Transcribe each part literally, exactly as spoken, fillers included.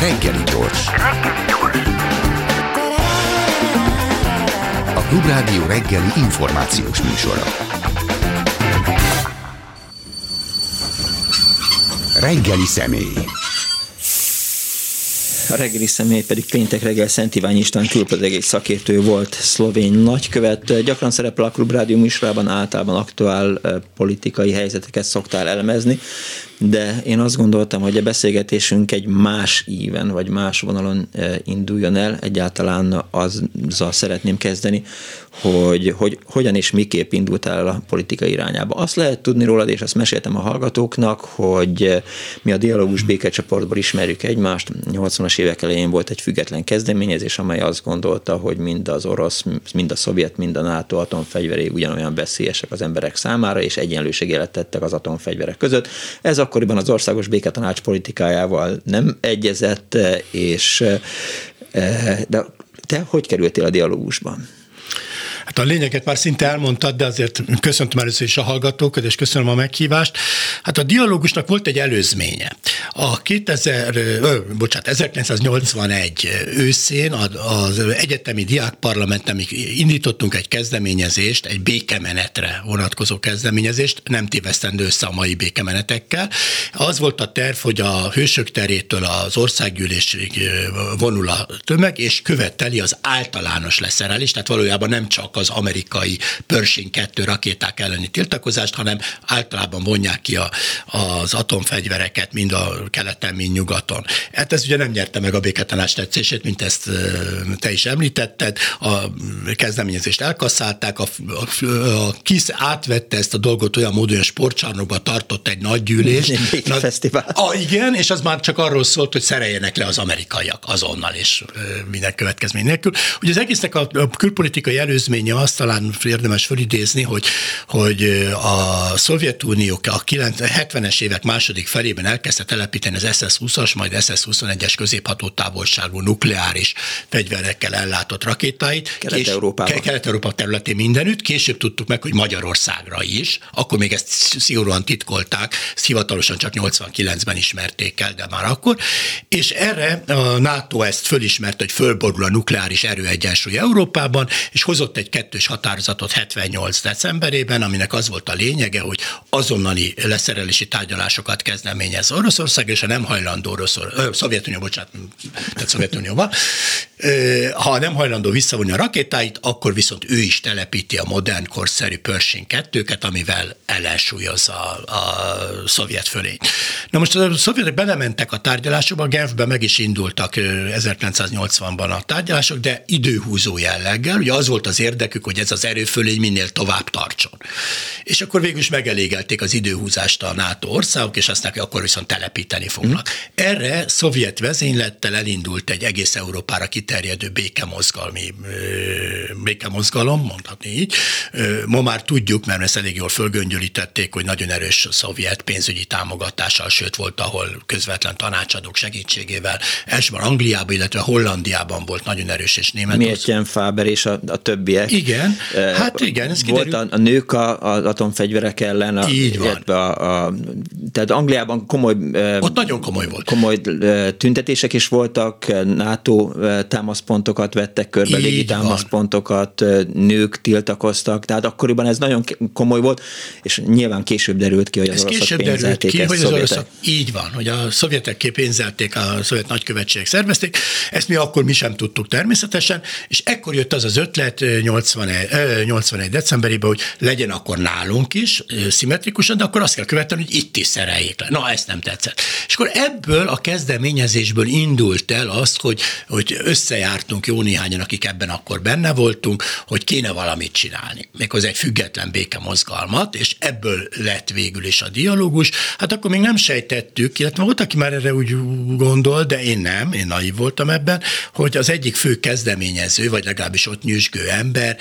Reggeli gyors. A Klubrádió reggeli információs műsora. Reggeli személy. A reggeli személy pedig péntek reggel Szent Iványi István külpolitikai szakértő volt, szlovén nagykövet. Gyakran szerepel a Klubrádió műsorában, általában aktuál politikai helyzeteket szoktál elemezni, de én azt gondoltam, hogy a beszélgetésünk egy más íven, vagy más vonalon induljon el. Egyáltalán azzal szeretném kezdeni, hogy, hogy hogyan és miképp indult el a politika irányába. Azt lehet tudni rólad, és azt meséltem a hallgatóknak, hogy mi a Dialógus békecsoportból ismerjük egymást. nyolcvanas évek elején volt egy független kezdeményezés, amely azt gondolta, hogy mind az orosz, mind a szovjet, mind a NATO atomfegyverei ugyanolyan veszélyesek az emberek számára, és egyenlőségjelet tettek az atomfegyverek között. Ez akkoriban az Országos Béketanács politikájával nem egyezett, és de te hogy kerültél a Dialógusban? Hát a lényeget már szinte elmondtad, de azért köszöntöm először is a hallgatókat, és köszönöm a meghívást. Hát a Dialógusnak volt egy előzménye. A kétezer, ö, bocsánat, ezerkilencszáznyolcvanegy őszén az egyetemi diákparlamenten indítottunk egy kezdeményezést, egy békemenetre vonatkozó kezdeményezést, nem tévesztendő össze a mai békemenetekkel. Az volt a terv, hogy a Hősök terétől az országgyűlésig vonul a tömeg, és követeli az általános leszerelést, tehát valójában nem csak az amerikai Pershing kettő rakéták elleni tiltakozást, hanem általában vonják ki a, az atomfegyvereket mind a keleten, mind nyugaton. Hát ez ugye nem nyerte meg a béketanács tetszését, mint ezt te is említetted. A kezdeményezést elkasszálták, a, a, a KISZ átvette ezt a dolgot olyan módon, hogy a sportcsarnokban tartott egy nagy gyűlést. Egy fesztivál. Ah, igen, és az már csak arról szólt, hogy szereljenek le az amerikaiak azonnal, és minden következmény nélkül. Ugye az egésznek a, a külpolitikai előzmény azt talán érdemes felidézni, hogy, hogy a Szovjetunió a hetvenes évek második felében elkezdte telepíteni az es es húszas, majd es es huszonegyes középhatótávolságú nukleáris fegyverekkel ellátott rakétáit. Kelet-Európában. Kelet-Európa területén mindenütt. Később tudtuk meg, hogy Magyarországra is. Akkor még ezt szigorúan titkolták, ezt hivatalosan csak nyolcvankilencben ismerték el, de már akkor. És erre a NATO ezt fölismerte, hogy fölborul a nukleáris erőegyensúly Európában, és hozott egy kettős határozatot hetvennyolc decemberében, aminek az volt a lényege, hogy azonnali leszerelési tárgyalásokat kezdeményez Oroszország, és a nem hajlandó Oroszor, ö, Szovjetunió, bocsánat, tehát Szovjetunióban, ö, ha nem hajlandó visszavonni a rakétáit, akkor viszont ő is telepíti a modern, korszerű Pershing kettőket, amivel ellensúlyozza a, a szovjet fölény. Na most a szovjetek belementek a tárgyalásokba, Genfben meg is indultak ezerkilencszáznyolcvanban a tárgyalások, de időhúzó jelleggel, ugye az volt az érdekük, hogy ez az erőfölény minél tovább tartson. És akkor végül is megelégelték az időhúzást a NATO országok, és aztán akkor viszont telepíteni fognak. Mm. Erre szovjet vezénylettel elindult egy egész Európára kiterjedő békemozgalmi, békemozgalom, mondhatni így. Ma már tudjuk, mert ezt elég jól fölgöngyölítették, hogy nagyon erős szovjet pénzügyi támogatással, sőt volt, ahol közvetlen tanácsadók segítségével, elsősorban Angliában, illetve Hollandiában volt nagyon erős, és Németország. Mértjen Fáber és a, a többiek. Igen, hát igen, ez kiderül. Volt a, a nők az atomfegyverek ellen. A, így van. A, a, tehát Angliában komoly, ott nagyon komoly volt. Komoly tüntetések is voltak, NATO támaszpontokat vettek körbe, légi támaszpontokat, nők tiltakoztak, tehát akkoriban ez nagyon komoly volt, és nyilván később derült ki, hogy az ez oroszok pénzelték ki, ezt hogy az oroszok, így van, hogy a szovjetek pénzelték, a szovjet nagykövetségek szervezték, ezt mi akkor mi sem tudtuk természetesen, és ekkor jött az az ötlet nyolcvanegy decemberében, hogy legyen akkor nálunk is szimmetrikusan, de akkor azt kell követni, hogy itt is szereljék le. Na, ezt nem tetszett. És akkor ebből a kezdeményezésből indult el azt, hogy, hogy összejártunk jó néhányan, akik ebben akkor benne voltunk, hogy kéne valamit csinálni. Méghozzá egy független békemozgalmat, és ebből lett végül is a dialógus. Hát akkor még nem sejtettük, illetve volt, aki már erre úgy gondol, de én nem, én naiv voltam ebben, hogy az egyik fő kezdeményező, vagy legalábbis ott nyüzsgő ember,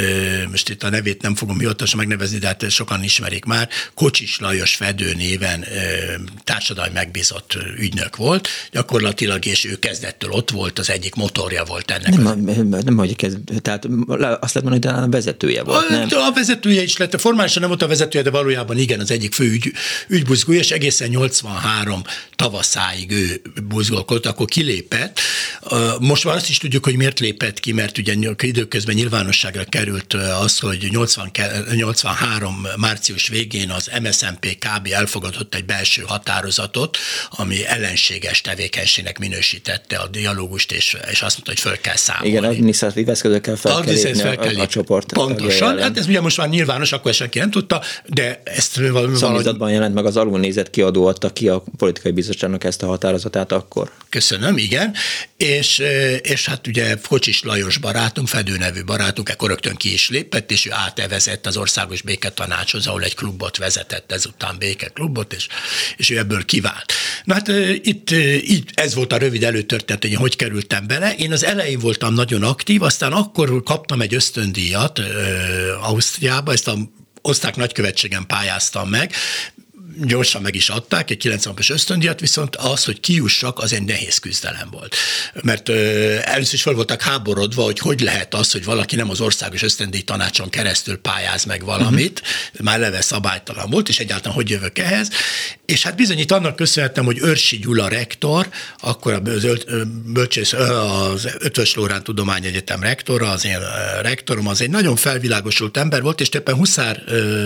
most itt a nevét nem fogom hivatalosan megnevezni, de hát sokan ismerik már, Kocsis Lajos Fedő néven társadalmi megbízott ügynök volt, gyakorlatilag, és ő kezdettől ott volt, az egyik motorja volt ennek. Nem, az... nem, nem hogy kezd, tehát azt lehet mondani, hogy a vezetője volt, a, nem? A vezetője is lett, formálisan nem volt a vezetője, de valójában igen, az egyik fő ügy, ügybuzgója, és egészen nyolcvanhárom tavaszáig ő buzgolkodott, akkor kilépett. Most már azt is tudjuk, hogy miért lépett ki, mert ugye időközben nyilvánosságra került az, hogy nyolcvanhárom március végén az em es zé en pé kb. Elfogadott egy belső határozatot, ami ellenséges tevékenységnek minősítette a dialógust, és, és azt mondta, hogy föl kell számolni. Igen, adminisztratív eszközökkel fel kell lépni fel kell a, a csoport. Pontosan, hát ez ugye most már nyilvános, akkor senki nem tudta, de ezt valahogy... Szamizdatban jelent meg, az alulnézett kiadó adta ki a politikai bizottságnak ezt a határozatát akkor. Köszönöm, igen, és, és hát ugye Kocsis Lajos barátunk, Fedő nevű barátunk, ekkor rögtön ki is lépett, és ő átevezett az Országos Béketanácshoz, ahol egy klubot vezetett, ezután békeklubot, és, és ő ebből kivált. Na hát itt így, ez volt a rövid előtörténet, hogy hogy kerültem bele. Én az elején voltam nagyon aktív, aztán akkor kaptam egy ösztöndíjat Ausztriába, ezt a osztrák nagykövetségen pályáztam meg, gyorsan meg is adták, egy kilencven napos ösztöndíjat, viszont az, hogy kijussak, az egy nehéz küzdelem volt. Mert ö, először is fel voltak háborodva, hogy hogy lehet az, hogy valaki nem az Országos Ösztöndíj Tanácson keresztül pályáz meg valamit, uh-huh. már eleve szabálytalan volt, és egyáltalán hogy jövök ehhez. És hát bizony itt annak köszönhetem, hogy Őrsi Gyula rektor, akkor az, bölcsész, az Ötvös Loránd Tudományegyetem rektora, az én rektorom, az egy nagyon felvilágosult ember volt, és többen Huszár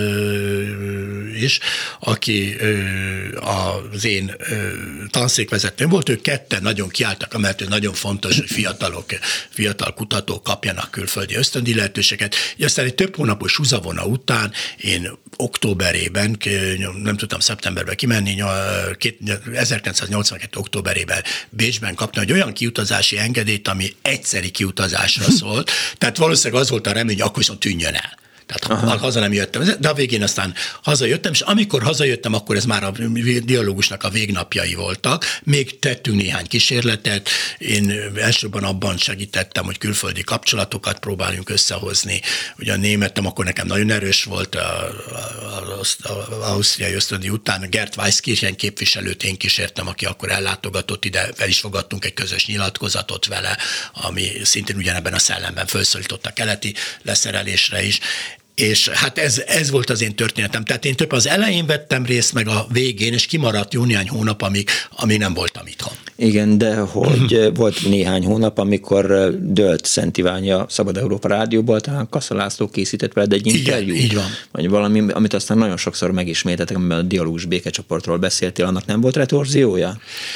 ö, is, aki az én tanszékvezetőm volt, ők ketten nagyon kiálltak, mert nagyon fontos, hogy fiatalok, fiatal kutatók kapjanak külföldi ösztöndíj lehetőséget. És aztán egy több hónapos húzavona után én októberében, nem tudtam szeptemberben kimenni, ezerkilencszáznyolcvankettő októberében Bécsben kaptam egy olyan kiutazási engedélyt, ami egyszeri kiutazásra szólt, tehát valószínűleg az volt a remény, hogy akkor viszont tűnjön el. Tehát Aha. haza nem jöttem, de a végén aztán hazajöttem, és amikor hazajöttem, akkor ez már a dialógusnak a végnapjai voltak. Még tettünk néhány kísérletet, én elsősorban abban segítettem, hogy külföldi kapcsolatokat próbáljunk összehozni. Ugye a németem akkor nekem nagyon erős volt az ausztriai ösztöndíj után, Gert Weiskirchen képviselőt én kísértem, aki akkor ellátogatott ide, fel is fogadtunk egy közös nyilatkozatot vele, ami szintén ugyanebben a szellemben felszólított a keleti leszerelésre is. És hát ez, ez volt az én történetem. Tehát én több az elején vettem részt, meg a végén, és kimaradt jó néhány hónap, amíg, amíg nem voltam itthon. Igen, de hogy volt néhány hónap, amikor dőlt Szent Iványi a Szabad Európa Rádióból, talán Kassa László készített veled egy interjút. Igen, így van. Vagy valami, amit aztán nagyon sokszor megismételtek, amiben a dialógus békecsoportról beszéltél, annak nem volt retorziója?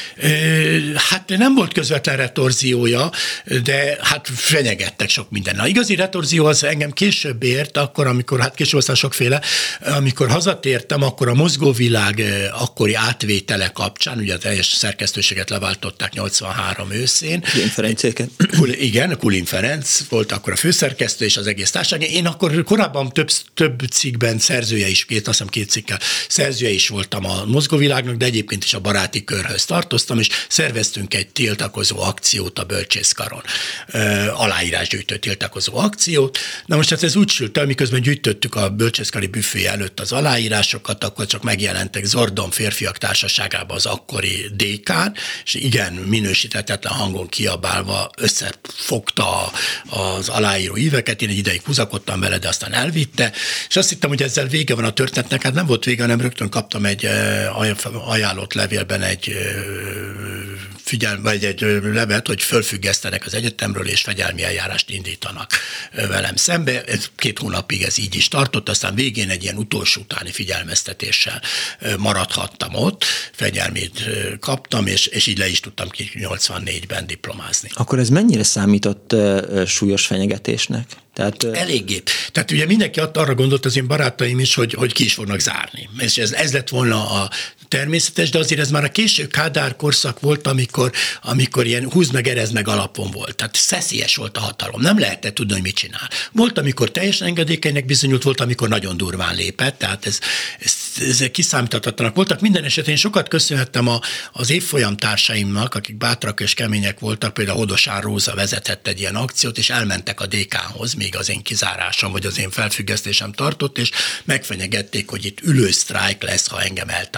Hát nem volt közvetlen retorziója, de hát fenyegettek sok minden. A igazi retorzió az engem később ért, akkor amikor, hát később aztán sokféle, amikor hazatértem, akkor a Mozgóvilág akkori átvétele kapcsán, ugye a teljes szerkesztőséget leváltották nyolcvanhárom őszén. Kulin Ferencéket. Igen, Kulin Ferenc volt akkor a főszerkesztő és az egész társaság. Én akkor korábban több, több cikkben szerzője is, két, azt hiszem két cikkel szerzője is voltam a Mozgóvilágnak, de egyébként is a baráti körhöz tartoztam, és szerveztünk egy tiltakozó akciót a Bölcsészkaron. Aláírásgyűjtő tiltakozó akciót. Na most hát ez úgy sült el, miközben gyűjtöttük a bölcsészkari büfé előtt az aláírásokat, akkor csak megjelentek Zordon Férfiak Társaságában az akkori dékán, és igen, minősíthetetlen hangon kiabálva összefogta az aláíró íveket, én egy ideig húzakodtam vele, de aztán elvitte, és azt hittem, hogy ezzel vége van a történetnek, hát nem volt vége, hanem rögtön kaptam egy ajánlott levélben egy figyelm, vagy egy levet, hogy fölfüggesztenek az egyetemről, és fegyelmi eljárást indítanak velem szembe. Ez két hónapig ez így is tartott, aztán végén egy ilyen utolsó utáni figyelmeztetéssel maradhattam ott, fegyelmét kaptam, és, és így le is tudtam ki nyolcvannégyben diplomázni. Akkor ez mennyire számított uh, súlyos fenyegetésnek? Tehát, eléggé. Tehát ugye mindenki arra gondolt, az én barátaim is, hogy, hogy ki is fognak zárni. És ez, ez lett volna a természetes, de azért ez már a késő Kádár korszak volt, amikor, amikor ilyen húzd meg, erezd meg alapon volt. Tehát szeszélyes volt a hatalom. Nem lehetett tudni, hogy mit csinál. Volt, amikor teljesen engedékenynek bizonyult, volt, amikor nagyon durván lépett, tehát ez, ez, ez kiszámíthatatlanak voltak. Minden esetén én sokat köszönhettem a, az évfolyam társaimnak, akik bátrak és kemények voltak, például Hodosán Róza vezetett egy ilyen akciót, és elmentek a dé ká-hoz, még az én kizárásom, vagy az én felfüggesztésem tartott, és megfenyegették, hogy itt ülő sztrájk lesz, ha engem eltávolítanak.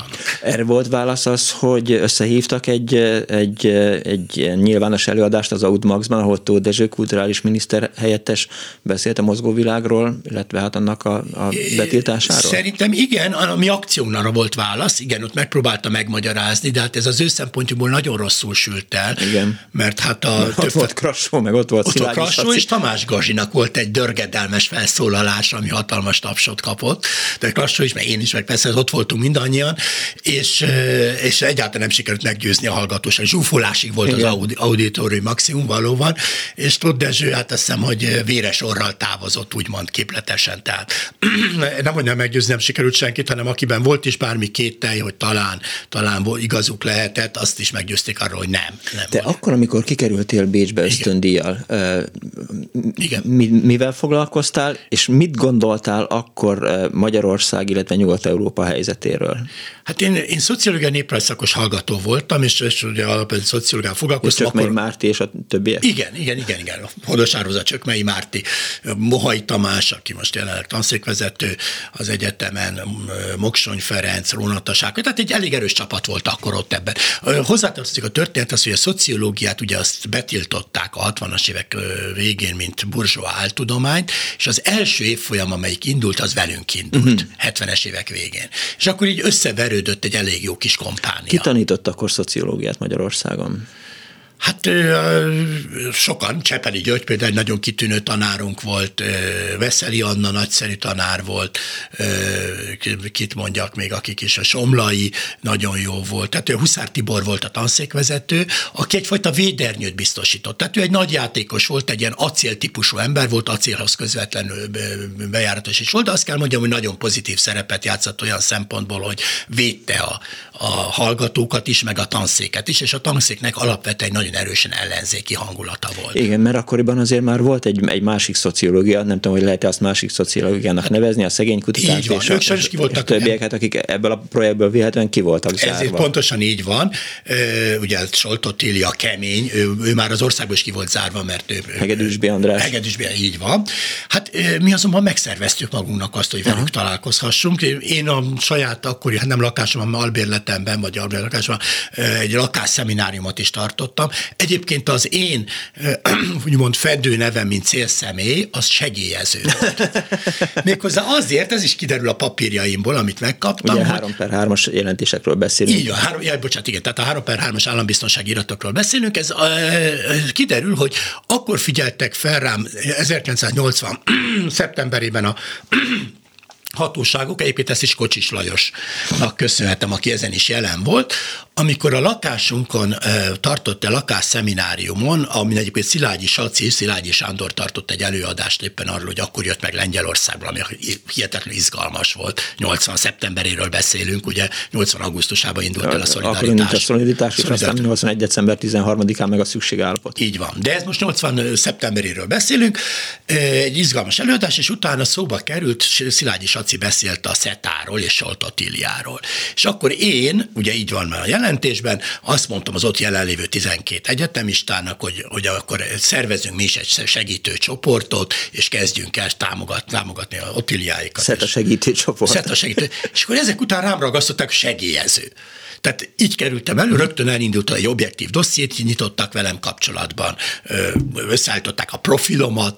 tartanak. Erre volt válasz az, hogy összehívtak egy, egy, egy nyilvános előadást az Audmaxban, ahol Tóth Dezső kulturális miniszter helyettes beszélt a mozgóvilágról, illetve hát annak a, a betiltásáról? Szerintem igen, a mi akciónkra volt válasz, igen, ott megpróbálta megmagyarázni, de hát ez az ő szempontjukból nagyon rosszul sült el. Igen. Mert hát a... Ott volt Krassó, meg ott volt Szilágyi Ott Krassó, és Tamás Gazzsinak volt egy dörgedelmes felszólalás, ami hatalmas tapsot kapott, de Krassó is, meg én is, meg persze ott voltunk mindannyian, és, és egyáltalán nem sikerült meggyőzni a hallgatóság. Zsúfolásig volt igen. az audi, auditorium maximum valóban, és Tóth Dezső, hát azt hiszem, hogy véres orral távozott, úgymond képletesen. Tehát nem, hogy nem meggyőzni, nem sikerült senkit, hanem akiben volt is bármi kételj, hogy talán, talán igazuk lehetett, azt is meggyőzték arról, hogy nem. nem De volt. akkor, amikor kikerültél Bécsbe ösztöndíjjal, Igen. Mi, mivel foglalkoztál, és mit gondoltál akkor Magyarország, illetve Nyugat-Európa helyzetéről? Hát én, én szociológiai néprajzszakos hallgató voltam, és, és ugye alapvetően szociológiával foglalkoztam. És Csökmei akkor... Márti és a többiek? Igen, igen, igen, igen. Hodos Áróza, Csökmei Márti, Mohai Tamás, aki most jelenleg tanszékvezető az egyetemen, Moksony Ferenc, Rónata Sákos, tehát egy elég erős csapat volt akkor ott ebben. Hozzátartozik a történet az, hogy a szociológiát ugye azt betiltották a hatvanas évek végén, mint burzsóá áltudományt, és az első évfolyam, amelyik indult, az velünk indult, uh-huh. hetvenes évek végén. És akkor így összeverődött egy elég jó kis kompánia. Ki tanított akkor szociológiát Magyarországon? Hát sokan, Csepeli György például egy nagyon kitűnő tanárunk volt, Veszeli Anna nagyszerű tanár volt, kit mondjak még, akik is, a Somlai nagyon jó volt, tehát ő Huszár Tibor volt a tanszékvezető, aki egyfajta védernyőt biztosított, tehát ő egy nagy játékos volt, egy ilyen acéltípusú ember volt, acélhoz közvetlenül bejáratos is volt, de azt kell mondjam, hogy nagyon pozitív szerepet játszott olyan szempontból, hogy védte a, a hallgatókat is, meg a tanszéket is, és a tanszéknek alapvetően nagyon erősen ellenzéki hangulata volt. Igen, mert akkoriban azért már volt egy, egy másik szociológia, nem tudom, hogy lehet-e azt másik szociológiának hát, nevezni, a szegénykutatás így van, és, ők a, és, ki voltak, és többieket, akik ebből a projektből véletlenül ki voltak zárva. Ez pontosan így van. Ugye Solt Ottília kemény, ő, ő már az országból is ki volt zárva, mert ő... Hegedűs B. András. Hegedűs B. így van. Hát mi azonban megszerveztük magunknak azt, hogy velük Aha. találkozhassunk. Én a saját akkori, hát nem lakásomban, albérletemben, vagy albérletlakásomban egy lakásszemináriumot is tartottam. Egyébként az én úgymond fedő nevem, mint célszemély, az segélyező volt. Méghozzá azért, ez is kiderül a papírjaimból, amit megkaptam. Ugye három per hármas jelentésekről beszélünk. Így van, három, jaj, bocsánat, igen, tehát a három per hármas állambiztonsági iratokról beszélünk. Ez uh, kiderül, hogy akkor figyeltek fel rám ezerkilencszáznyolcvan szeptemberében a hatóságok, egyébként ezt is Kocsis Lajosnak köszönhetem, aki ezen is jelen volt, amikor a lakásunkon e, tartott a lakásszemináriumon, amin egyébként Szilágyi Saci, Szilágyi Sándor tartott egy előadást éppen arról, hogy akkor jött meg Lengyelországból, ami hihetetlenül izgalmas volt. nyolcvan szeptemberéről beszélünk, ugye nyolcvan augusztusában indult el a szolidaritás. Akkor indult a szolidaritás, és aztán nyolcvanegy december tizenharmadikán meg a szükségállapot. Így van. De ez most nyolcvan szeptemberéről beszélünk, egy izgalmas előadás, és utána szóba került, Szilágyi Saci beszélt a szetáról és Solt Ottíliáról. És akkor én, ugye így van már a jelentésben, azt mondtam az ott jelenlévő tizenkét egyetemistának, hogy, hogy akkor szervezünk mi is egy segítő csoportot, és kezdjünk el támogat, támogatni a Ottíliáikat. Szeta segítő csoport. Szeta segítő. És akkor ezek után rám ragasztották segélyező. Tehát így kerültem elő, rögtön elindult egy objektív dossziét, nyitottak velem kapcsolatban, összeállították a profilomat,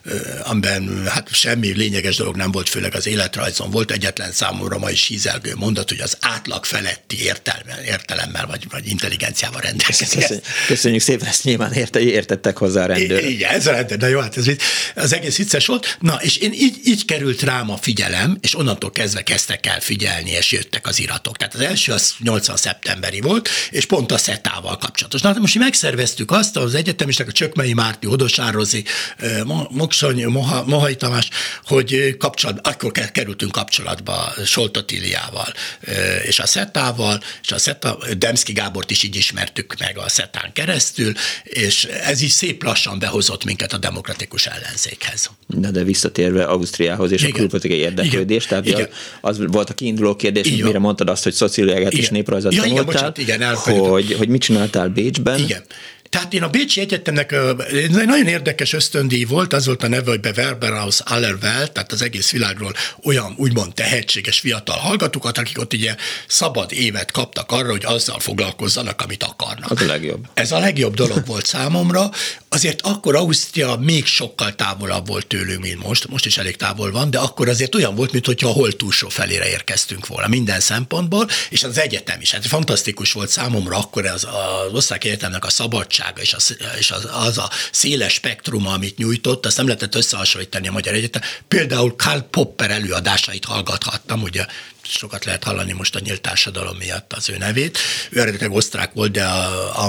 amiben hát semmi lényeges dolog nem volt, főleg az életrajzon volt egyetlen számomra ma is hízelgő mondat, hogy az átlag feletti értelme, értelemmel vagy, vagy intelligenciával rendelkezik. Köszönjük, köszönjük szépen, ezt nyilván érte, értettek hozzá a rendőrök. Igen, ez a rendőr, de jó, hát ez az egész vicces volt. Na, és én így, így került rám a figyelem, és onnantól kezdve kezdtek el figyelni, és jöttek az iratok. Tehát az első az nyolcvan szeptemberi volt, és pont a szetával kapcsolatos. Na, most mi megszerveztük azt, az egyetemisták, a Csökmei Márti, Hodos Ározi, Moksony, Moha, Mohai Tamás, hogy kapcsolatba, akkor kerültünk kapcsolatba Solt Ottíliával, és a szetával, és a szeta, Demszky Gábort is így ismertük meg a szetán keresztül, és ez így szép lassan behozott minket a demokratikus ellenzékhez. Na, de visszatérve Ausztriához és igen. a külpolitikai érdeklődés, tehát igen. az volt a kiinduló kérdés, hogy mire mondtad azt, hogy szociológiát és néprajzot ja, tanultál, igen, bocsánat, igen, hogy, hogy mit csináltál Bécsben. Igen. Tehát én a Bécsi Egyetemnek egy nagyon érdekes ösztöndíj volt, az volt a neve, hogy Bewerberhaus aller Welt, tehát az egész világról olyan úgymond tehetséges fiatal hallgatókat, akik ott ugye szabad évet kaptak arra, hogy azzal foglalkozzanak, amit akarnak. Az a legjobb. Ez a legjobb dolog volt számomra. Azért akkor Ausztria még sokkal távolabb volt tőlünk, mint most. Most is elég távol van, de akkor azért olyan volt, mintha a hold túlsó felére érkeztünk volna minden szempontból, és az egyetem is. Hát fantasztikus volt számomra akkor az, az osztrák egyetemnek a szabadsága, és az, és az, az a széles spektruma, amit nyújtott, azt nem lehetett összehasonlítani a magyar egyetem. Például Karl Popper előadásait hallgathattam, ugye sokat lehet hallani most a nyílt társadalom miatt az ő nevét. Ő eredetileg osztrák volt, de a, a,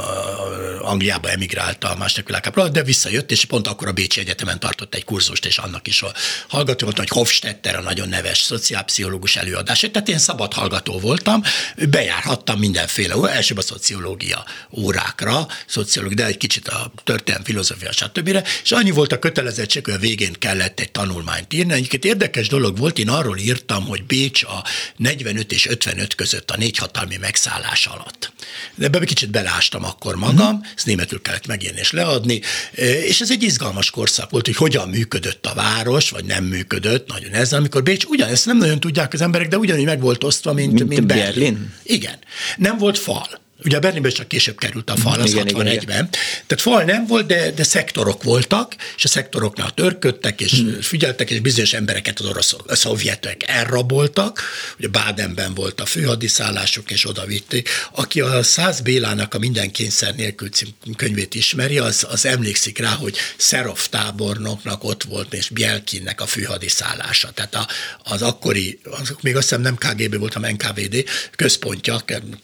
a Angliába emigrált a második világháború, de visszajött, és pont akkor a Bécsi Egyetemen tartott egy kurzust, és annak is hallgató volt, hogy Hofstetter, a nagyon neves szociálpszichológus előadás. Tehát én szabad hallgató voltam, bejárhattam mindenféle, elsőbb a szociológia órákra, szociológia, de egy kicsit a történelem, filozófia, stb. És annyi volt a kötelezettség, hogy a végén kellett egy tanulmányt írni. Egyébként érdekes dolog volt, én arról írtam, hogy Bécs a negyvenöt és ötvenöt között a négy hatalmi megszállás alatt. De ebbe kicsit belástam akkor magam, mm. ezt németül kellett megírni és leadni, és ez egy izgalmas korszak volt, hogy hogyan működött a város, vagy nem működött, nagyon ezzel, amikor Bécs, ugyanezt nem nagyon tudják az emberek, de ugyanúgy meg volt osztva, mint, mint, mint Berlin. Berlin. Igen. Nem volt fal. Ugye Berlinben csak később került a fal, az igen, hatvanegyben. Igen. Tehát fal nem volt, de, de szektorok voltak, és a szektoroknál törködtek, és hmm. figyeltek, és bizonyos embereket az oroszok, a szovjetek elraboltak. Ugye Bádenben volt a főhadiszállásuk, és oda vitték. Aki a Szász Bélának a Minden kényszer nélkül könyvét ismeri, az, az emlékszik rá, hogy Szerov tábornoknak ott volt, és Bjelkinnek a főhadiszállása. Tehát a, az akkori, azok még azt hiszem nem ká gé bé volt, hanem en ká vé dé központja,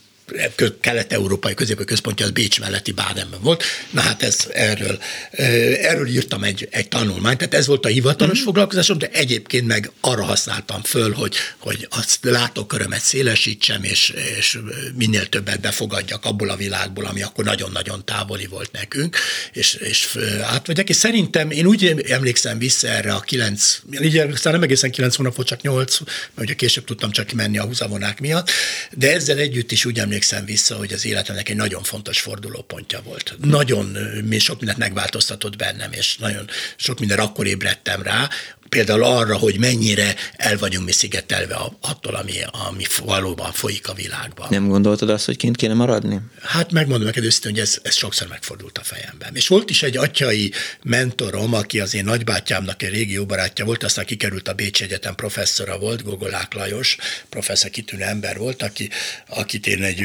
kelet-európai középő központja, az Bécs melletti Bádenben volt. Na hát ez, erről, erről írtam egy, egy tanulmányt, tehát ez volt a hivatalos mm. foglalkozásom, de egyébként meg arra használtam föl, hogy, hogy a látókörömet szélesítsem, és, és minél többet befogadjak abból a világból, ami akkor nagyon-nagyon távoli volt nekünk, és, és átvegyek. És szerintem én úgy emlékszem vissza erre a kilenc, ugye aztán nem egészen kilenc hónap volt, csak nyolc, mert ugye később tudtam csak menni a húzavonák miatt, de ezzel együtt is úgy emlékszem vissza, hogy az életemnek egy nagyon fontos fordulópontja volt. Nagyon mi sok mindent megváltoztatott bennem, és nagyon sok minden akkor ébredtem rá, például arra, hogy mennyire el vagyunk mi szigetelve attól, ami, ami valóban folyik a világban. Nem gondoltad azt, hogy kint kéne maradni? Hát megmondom neked őszintén, hogy ez, ez sokszor megfordult a fejemben. És volt is egy atyai mentorom, aki az én nagybátyámnak egy régi jó barátja volt, aztán kikerült a Bécsi Egyetem professzora volt, Gogolák Lajos, professzor, kitűnő ember volt, aki, akit én egy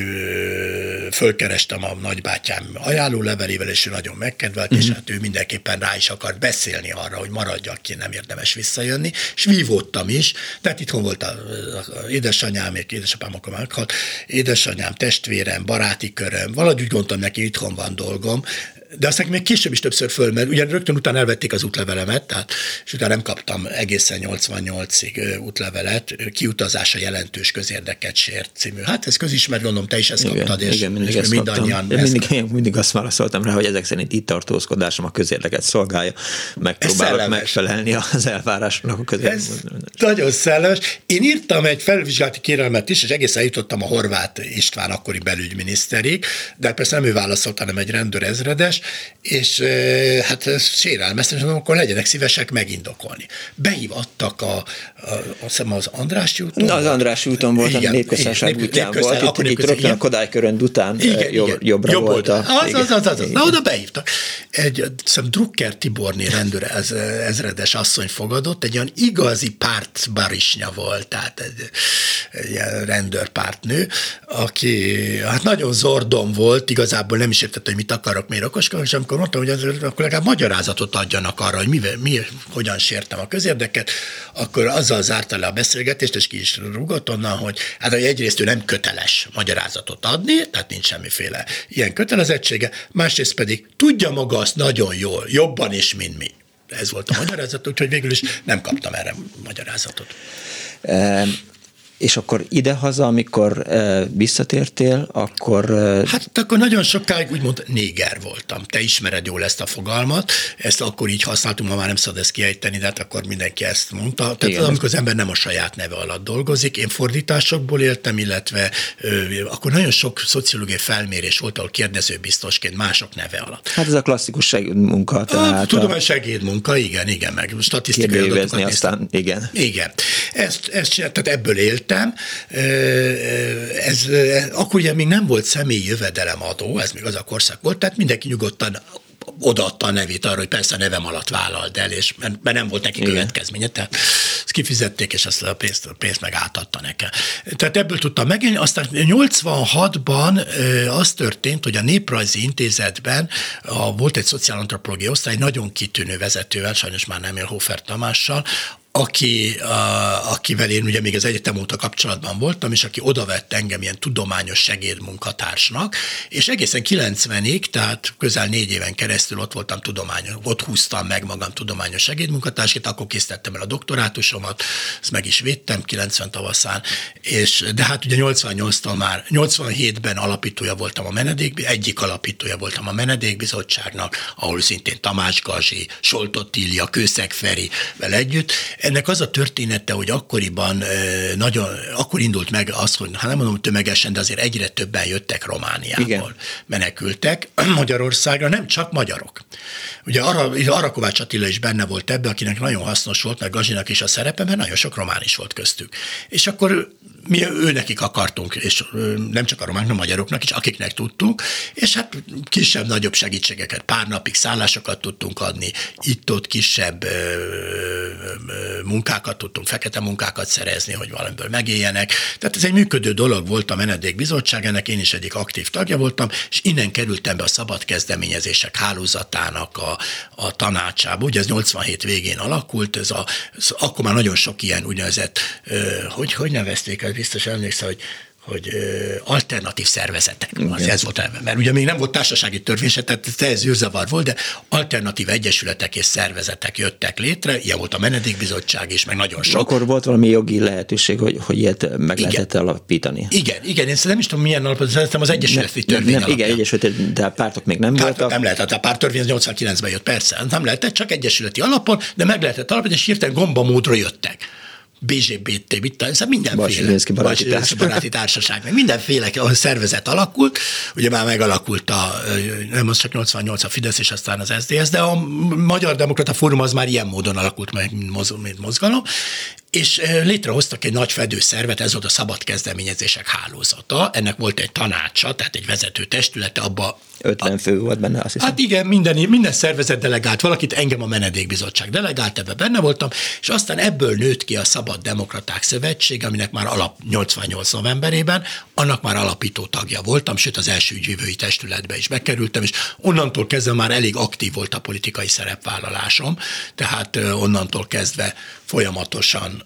ö, fölkerestem a nagybátyám ajánlólevelével, és ő nagyon megkedvelt, mm-hmm. és hát ő mindenképpen rá is akart beszélni arra, hogy maradjak ki, nem érdemes visszajönni, és vívódtam is, tehát itthon volt az édesanyám, még édesapám akkor meghalt, édesanyám, testvérem, baráti köröm, valahogy úgy gondoltam neki, itthon van dolgom, de aztán még később is többször föl, mert ugyan rögtön utána elvették az útlevelemet, tehát, és utána nem kaptam egészen nyolcvannyolcig útlevelet, kiutazása jelentős közérdeket sért című. Hát ez közismert, gondolom, te is ezt igen, kaptad, és, igen, mindig és mindannyian. Mindig, én mindig azt válaszoltam rá, hogy ezek szerint itt tartózkodásom a közérdeket szolgálja, megpróbálok megfelelni az elvárásnak a közérdeket. Ez nagyon szellemes. Én írtam egy felvizsgálati kérelmet is, és egészen jutottam a Horváth István akkori belügyminiszterig, de persze nem ő válaszolt, hanem egy rendőrezredes, és hát sérelmeztem, és mondom, akkor legyenek szívesek megindokolni. Beívattak a, a, a az Andrássy úton? Na, az Andrássy úton volt, a Népköztársaság útján volt, itt, itt rögtön a Kodály-körönd után igen, jobb, igen, jobbra jobb volt. A, az, az, az, az, az. Na, oda beívtak. Egy szem Drucker Tiborné rendőr ez, ezredes asszony fogadott, egy olyan igazi pártbarisnya volt, tehát egy, egy ilyen rendőrpártnő, aki hát nagyon zordon volt, igazából nem is értette, hogy mit akarok, miért okoskodom, és amikor mondtam, hogy az, akkor legalább magyarázatot adjanak arra, hogy mivel, mi, hogyan sértem a közérdeket, akkor azzal zárta le a beszélgetést, és ki is rúgott onnan, hogy hát hogy egyrészt ő nem köteles magyarázatot adni, tehát nincs semmiféle ilyen kötelezettsége, másrészt pedig tudja maga azt nagyon jól, jobban is, mint mi. Ez volt a magyarázat, úgyhogy végül is nem kaptam erre magyarázatot. És akkor idehaza, amikor e, visszatértél, akkor... E... Hát akkor nagyon sokáig úgymond néger voltam. Te ismered jól ezt a fogalmat, ezt akkor így használtunk, ma már nem szabad ezt kiejteni, de hát akkor mindenki ezt mondta. Tehát igen, az, amikor az ember nem a saját neve alatt dolgozik. Én fordításokból éltem, illetve ö, akkor nagyon sok szociológiai felmérés volt, ahol kérdezőbiztosként mások neve alatt. Hát ez a klasszikus segédmunka. A tudományos segédmunka, igen, igen, meg statisztikai adatokat aztán, igen. Igen. Ezt, ezt, tehát ebből éltem. Ez, akkor ugye még nem volt személyi jövedelemadó, ez még az a korszak volt, tehát mindenki nyugodtan odaadta a nevét arra, hogy persze a nevem alatt vállalt el, és mert nem volt neki következménye, tehát ezt kifizették, és ezt a pénzt, a pénzt meg átadta nekem. Tehát ebből tudtam megélni, aztán nyolcvanhatban az történt, hogy a Néprajzi Intézetben a, volt egy szociálantropológiai osztály, egy nagyon kitűnő vezetővel, sajnos már nem él, Hofer Tamással, aki, a, akivel én ugye még az egyetem óta kapcsolatban voltam, és aki odavett engem ilyen tudományos segédmunkatársnak, és egészen kilencvenig, tehát közel négy éven keresztül ott voltam tudományos, ott húztam meg magam tudományos segédmunkatársként, akkor készítettem el a doktorátusomat, ezt meg is védtem kilencven tavaszán, és, de hát ugye nyolcvannyolctól már, nyolcvanhétben alapítója voltam a menedék, egyik alapítója voltam a Menedékbizottságnak, ahol szintén Tamás Gazsi, Soltot Tília, Kőszeg Ferivel együtt. Ennek az a története, hogy akkoriban nagyon, akkor indult meg az, hogy hát nem mondom tömegesen, de azért egyre többen jöttek Romániából. Igen. Menekültek Magyarországra, nem csak magyarok. Ugye Arra Kovács Attila is benne volt ebbe, akinek nagyon hasznos volt, meg Gazsinak is a szerepe, mert nagyon sok román is volt köztük. És akkor mi őnekik akartunk, és nem csak a románok, hanem a magyaroknak is, akiknek tudtunk, és hát kisebb-nagyobb segítségeket, pár napig szállásokat tudtunk adni, itt-ott kisebb ö, ö, munkákat tudtunk, fekete munkákat szerezni, hogy valamiből megéljenek. Tehát ez egy működő dolog volt a Menedékbizottság, ennek én is egyik aktív tagja voltam, és innen kerültem be a szabad kezdeményezések hálózatának a, a tanácsába. Ugye ez nyolcvanhét végén alakult, ez a, ez akkor már nagyon sok ilyen úgynevezett, ö, hogy, hogy nevezték el, biztos emlékszel, hogy hogy alternatív szervezetek, az ez volt, mert ugye még nem volt társasági törvény, tehát ez űrzavar volt, de alternatív egyesületek és szervezetek jöttek létre, ilyen volt a Menedékbizottság is, meg nagyon sok. Akkor volt valami jogi lehetőség, hogy, hogy ilyet meg igen. lehetett alapítani. Igen, igen, én nem is tudom milyen alapot, szerintem az egyesületi törvény nem, igen, egyesületi, de a pártok még nem pártok voltak. Nem lehetett, a párttörvény az nyolcvankilencben jött, persze, nem lehetett, csak egyesületi alapon, de meg lehetett alapítani, és hirtelen gombamódra jöttek. bé zé bé té, mit tudom, mindenféle baráti, baráti társaság, meg mindenféle szervezet alakult, ugye már megalakult a, nem az csak nyolcvannyolc a Fidesz, és aztán az es zé dé es, de a Magyar Demokrata Fórum az már ilyen módon alakult meg, mint mozgalom, és létrehoztak egy nagy fedőszervet, ez volt a szabad kezdeményezések hálózata, ennek volt egy tanácsa, tehát egy vezető testülete, abba ötven fő volt benne, azt hiszem. Hát igen, minden, minden szervezet delegált valakit, engem a Menedékbizottság delegált, ebben benne voltam, és aztán ebből nőtt ki a Szabad Demokraták Szövetség, aminek már alap nyolcvannyolc novemberében, annak már alapító tagja voltam, sőt az első ügyvívői testületbe is bekerültem, és onnantól kezdve már elég aktív volt a politikai szerepvállalásom, tehát onnantól kezdve folyamatosan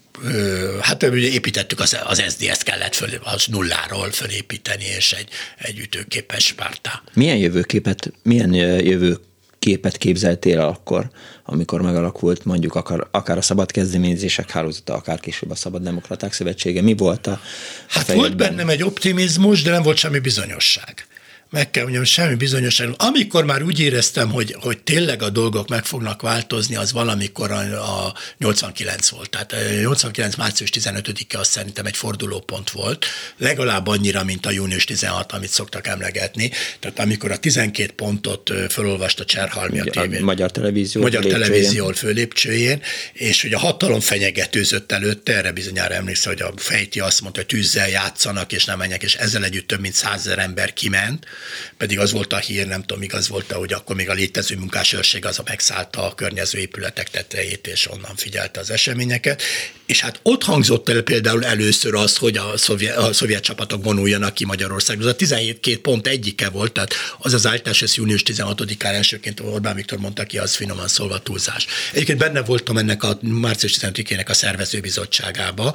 hát ugye építettük, az, az es zé dé es-t kellett föl, az nulláról fölépíteni, és egy, egy ütőképes párttá. Milyen jövőképet, milyen jövőképet képzeltél akkor, amikor megalakult mondjuk akár, akár a Szabad Kezdeményezések Hálózata, akár később a Szabad Demokraták Szövetsége? Mi volt a, a Hát fejedben? Volt bennem egy optimizmus, de nem volt semmi bizonyosság. Meg kell mondjam, semmi bizonyosság. Amikor már úgy éreztem, hogy, hogy tényleg a dolgok meg fognak változni, az valamikor a, a nyolcvankilenc volt. Tehát nyolcvankilenc március tizenötödike azt szerintem egy fordulópont volt, legalább annyira, mint a június tizenhat, amit szoktak emlegetni. Tehát amikor a tizenkét pontot felolvasta Cserhalmi a tévén. Magyar Televízió Magyar Televízió főlépcsőjén, és hogy a hatalom fenyegetőzött előtte, erre bizonyára emlékszel, hogy a Fejti azt mondta, hogy tűzzel játszanak, és nem menjek, és ezzel együtt több mint százezer ember kiment, pedig az volt a hír, nem tudom, igaz volt, hogy akkor még a létező munkásőrség az a megszállta a környező épületek tetejét, és onnan figyelte az eseményeket. És hát ott hangzott el például először az, hogy a szovjet, a szovjet csapatok vonuljanak ki Magyarországra. Az a tizenhét pont egyike volt, tehát az az állítás, ez június tizenhatodikán elsőként Orbán Viktor mondta ki, az finoman szólva túlzás. Egyébként benne voltam ennek a március tizenötödikének a szervezőbizottságába,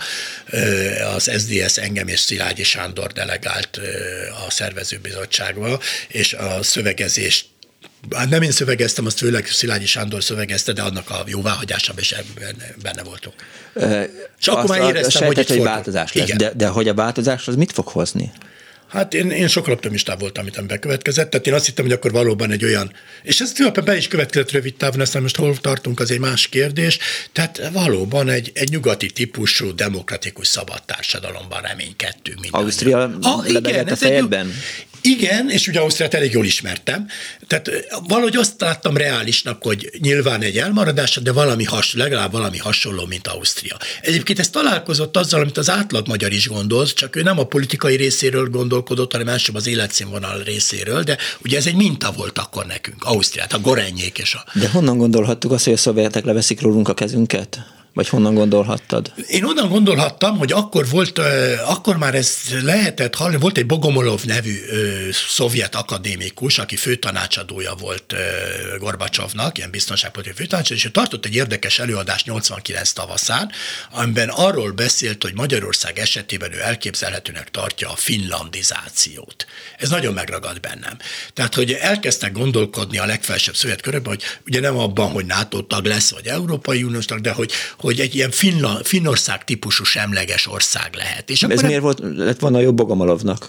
az es zé dé es engem és Szilágyi Sándor delegált a szervezőbizottságba, és a szövegezést Hát nem én szövegeztem, azt főleg Szilágyi Sándor szövegezte, de annak a jóváhagyásában is benne voltunk. E, És akkor már éreztem, hogy itt hogy változás lesz, de, de hogy a változás az mit fog hozni? Hát én, én sokkal optimistább voltam, amit nem bekövetkezett, tehát én azt hittem, hogy akkor valóban egy olyan, és ez tulajdonképpen be is következett rövid távon, aztán most hol tartunk, az egy más kérdés, tehát valóban egy, egy nyugati típusú, demokratikus szabad társadalomban reménykedtünk mindannyian. Ausztria ah, lebegett a fejedben? Igen, és ugye Ausztriát elég jól ismertem, tehát valahogy azt láttam reálisnak, hogy nyilván egy elmaradás, de valami has, legalább valami hasonló, mint Ausztria. Egyébként ez találkozott azzal, amit az átlag magyar is gondolt, csak ő nem a politikai részéről gondolkodott, hanem elsőbb az életszínvonal részéről, de ugye ez egy minta volt akkor nekünk, Ausztriát, a Gorenjék és a... De honnan gondolhattuk azt, hogy a szovjetek leveszik rólunk a kezünket? Vagy honnan gondolhattad? Én onnan gondolhattam, hogy akkor volt, akkor már ez lehetett hallani, volt egy Bogomolov nevű ö, szovjet akadémikus, aki főtanácsadója volt ö, Gorbacsovnak, ilyen biztonságpolitikai főtanácsadó, és ő tartott egy érdekes előadást nyolcvankilenc tavaszán, amiben arról beszélt, hogy Magyarország esetében ő elképzelhetőnek tartja a finlandizációt. Ez nagyon megragad bennem. Tehát, hogy elkezdtek gondolkodni a legfelsőbb szovjet körökben, hogy ugye nem abban, hogy NATO tag lesz, vagy Európai Uniós tag, de hogy hogy egy ilyen Finla, Finnország típusú semleges ország lehet. És ez miért volt, lett volna jobb Bogomolovnak?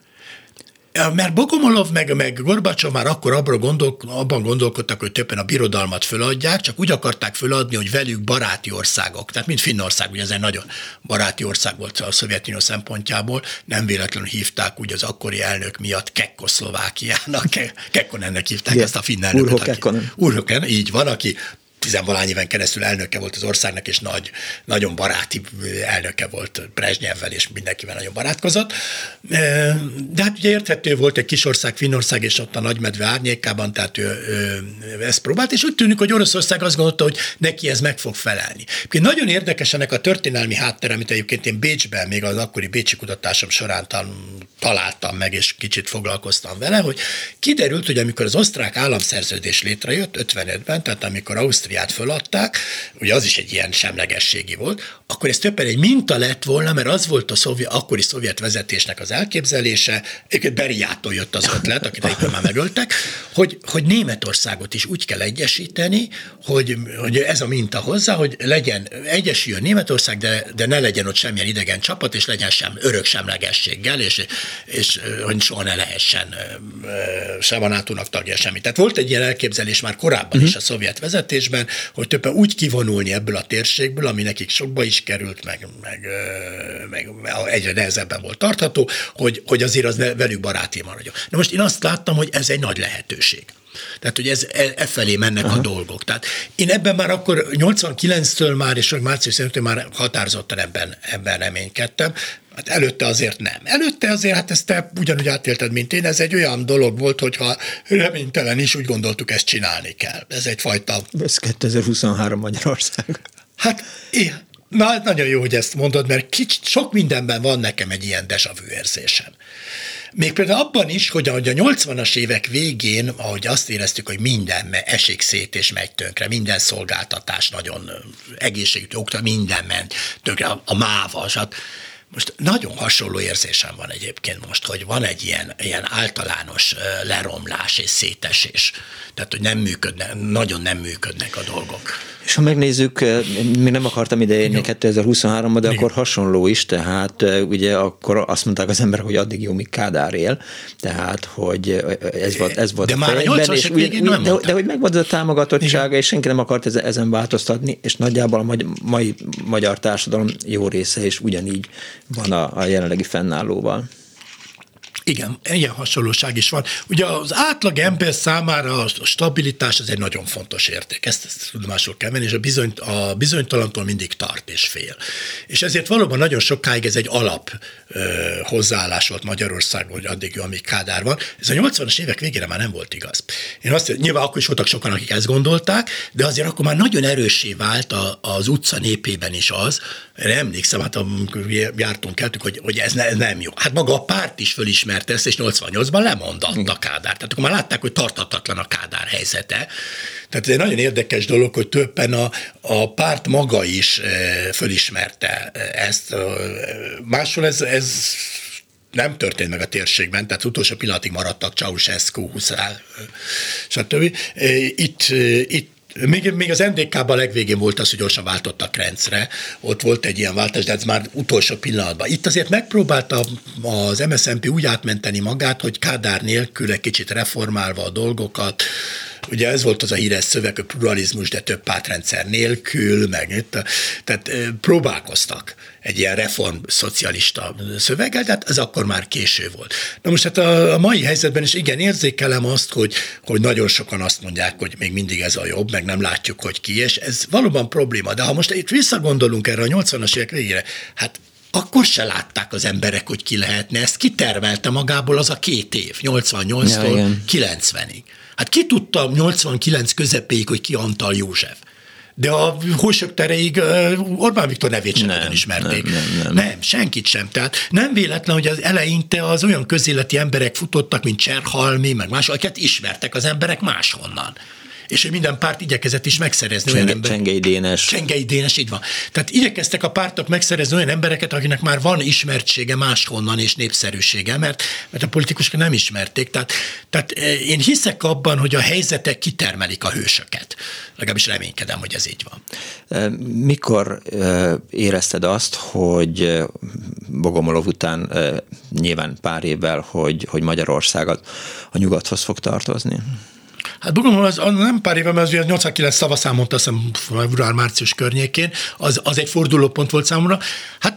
Mert Bogomolov meg, meg Gorbacsov már akkor abban, gondol, abban gondolkodtak, hogy többen a birodalmat föladják, csak úgy akarták föladni, hogy velük baráti országok, tehát mint Finnország, ugye ez egy nagyon baráti ország volt a Szovjetunió szempontjából, nem véletlenül hívták úgy az akkori elnök miatt Kekkoslovákiának, Kekkonennek hívták yeah. ezt a finn elnököt. Urho Kekkonen. Urho Kekkonen, így van, aki tizenvalány éven keresztül elnöke volt az országnak, és nagy, nagyon baráti elnöke volt Brezsnyevvel, és mindenkivel nagyon barátkozott. De hát ugye érthető volt, egy kis ország, Finnország, és ott a nagymedve árnyékában, tehát ő, ő ezt próbált, és úgy tűnik, hogy Oroszország azt gondolta, hogy neki ez meg fog felelni. Nagyon érdekes ennek a történelmi háttér, amit egyébként én Bécsben, még az akkori bécsi kutatásom során találtam meg, és kicsit foglalkoztam vele, hogy kiderült, hogy amikor az osztrák államszerződés létrejött ötvenötben, tehát amikor Ausztriát föladták, ugye az is egy ilyen semlegességi volt, akkor ez többen egy minta lett volna, mert az volt a szovjet, akkori szovjet vezetésnek az elképzelése, egyébként Beriától jött az ötlet, akit egyébként már megöltek, hogy, hogy Németországot is úgy kell egyesíteni, hogy, hogy ez a minta hozzá, hogy legyen, egyesüljön Németország, de, de ne legyen ott semmilyen idegen csapat, és legyen sem örök semlegességgel, és, és hogy soha ne lehessen sem a nátónak tagja, semmi. Tehát volt egy ilyen elképzelés már korábban uh-huh. is a szovjet vezetésben, hogy többen úgy kivonulni ebből a térségből, ami nekik sokba is került, meg, meg, meg egyre nehezebben volt tartható, hogy, hogy azért az velük baráti maradjon. Na most én azt láttam, hogy ez egy nagy lehetőség. Tehát, hogy ez e, e felé mennek Aha. a dolgok. Tehát én ebben már akkor nyolcvankilenctől már, és március szerintől már határozottan ebben, ebben reménykedtem. Hát előtte azért nem. Előtte azért, hát ezt te ugyanúgy átélted, mint én, ez egy olyan dolog volt, hogyha reménytelen is úgy gondoltuk, ezt csinálni kell. Ez egyfajta... Ez kétezer-huszonhárom Magyarország. Hát, na, nagyon jó, hogy ezt mondod, mert kicsit, sok mindenben van nekem egy ilyen déjà vu érzésem. Még például abban is, hogy ahogy a nyolcvanas évek végén, ahogy azt éreztük, hogy minden esik szét és megy tönkre, minden szolgáltatás nagyon egészségügyi, oktatás, minden ment tönkre, a, a máva, hát most nagyon hasonló érzésem van egyébként most, hogy van egy ilyen, ilyen általános leromlás és szétesés. Tehát, hogy nem működnek, nagyon nem működnek a dolgok. És ha megnézzük, még nem akartam ideérni kétezer-huszonháromba, de Igen. akkor hasonló is, tehát ugye akkor azt mondták az emberek, hogy addig jó, míg Kádár él, tehát, hogy ez volt, ez volt de a már fejben, a és úgy, de, de, de hogy megvolt a támogatottsága, Igen. és senki nem akart ezen változtatni, és nagyjából a mai, mai magyar társadalom jó része is ugyanígy van a, a jelenlegi fennállóval. Igen, ilyen hasonlóság is van. Ugye az átlag ember számára a stabilitás az egy nagyon fontos érték. Ezt, ezt tudomásul kell venni, és a, bizony, a bizonytalantól mindig tart és fél. És ezért valóban nagyon sokáig ez egy alap ö, hozzáállás volt Magyarországon, hogy addig, amíg Kádár van. Ez a nyolcvanas évek végére már nem volt igaz. Én azt, nyilván akkor is voltak sokan, akik ezt gondolták, de azért akkor már nagyon erőssé vált a, az utca népében is az, emlékszem, hát amikor jártunk, keltünk, hogy, hogy ez, ne, ez nem jó. Hát maga a párt is fölismerte ezt, és nyolcvannyolcban lemondatta Kádár. Tehát akkor már látták, hogy tarthatatlan a Kádár helyzete. Tehát ez egy nagyon érdekes dolog, hogy többen a, a párt maga is fölismerte ezt. Máshol ez, ez nem történt meg a térségben, tehát utolsó pillanatig maradtak Ceausescu, Huszár, stb. Itt, itt Még, még az en dé ká-ban a legvégén volt az, hogy gyorsan váltottak Krencre, ott volt egy ilyen váltás, de ez már utolsó pillanatban. Itt azért megpróbálta az em es zé en pé úgy átmenteni magát, hogy Kádár nélkül egy kicsit reformálva a dolgokat. Ugye ez volt az a híres szöveg, a pluralizmus, de több pártrendszer nélkül, meg itt, tehát próbálkoztak egy ilyen reform szocialista szöveggel, de hát ez akkor már késő volt. Na most hát a, a mai helyzetben is igen érzékelem azt, hogy, hogy nagyon sokan azt mondják, hogy még mindig ez a jobb, meg nem látjuk, hogy ki, és ez valóban probléma. De ha most itt visszagondolunk erre a nyolcvanas évek végére, hát akkor se látták az emberek, hogy ki lehetne. Ezt kitermelte magából az a két év, nyolcvannyolctól ja, kilencvenig. Hát ki tudta nyolcvankilenc közepéig, hogy ki Antal József? De a Hősök tereig Orbán Viktor nevét sem nem, ismerték. Nem, nem, nem. nem, senkit sem. Tehát nem véletlen, hogy az eleinte az olyan közéleti emberek futottak, mint Cserhalmi, meg más, akiket ismertek az emberek máshonnan. És hogy minden párt igyekezett is megszerezni Csenge, olyan embereket. Csengei Dénes. Csengei Dénes, így van. Tehát igyekeztek a pártok megszerezni olyan embereket, akinek már van ismertsége máshonnan és népszerűsége, mert, mert a politikusok nem ismerték. Tehát, tehát én hiszek abban, hogy a helyzetek kitermelik a hősöket. Legalábbis reménykedem, hogy ez így van. Mikor érezted azt, hogy Bogomolov után nyilván pár évvel, hogy, hogy Magyarország a nyugathoz fog tartozni? Hát Bogomolov az nem pár éve, mert az nyolcvankilenc tavaszán mondta, azt hiszem február-március környékén, az, az egy fordulópont volt számomra. Hát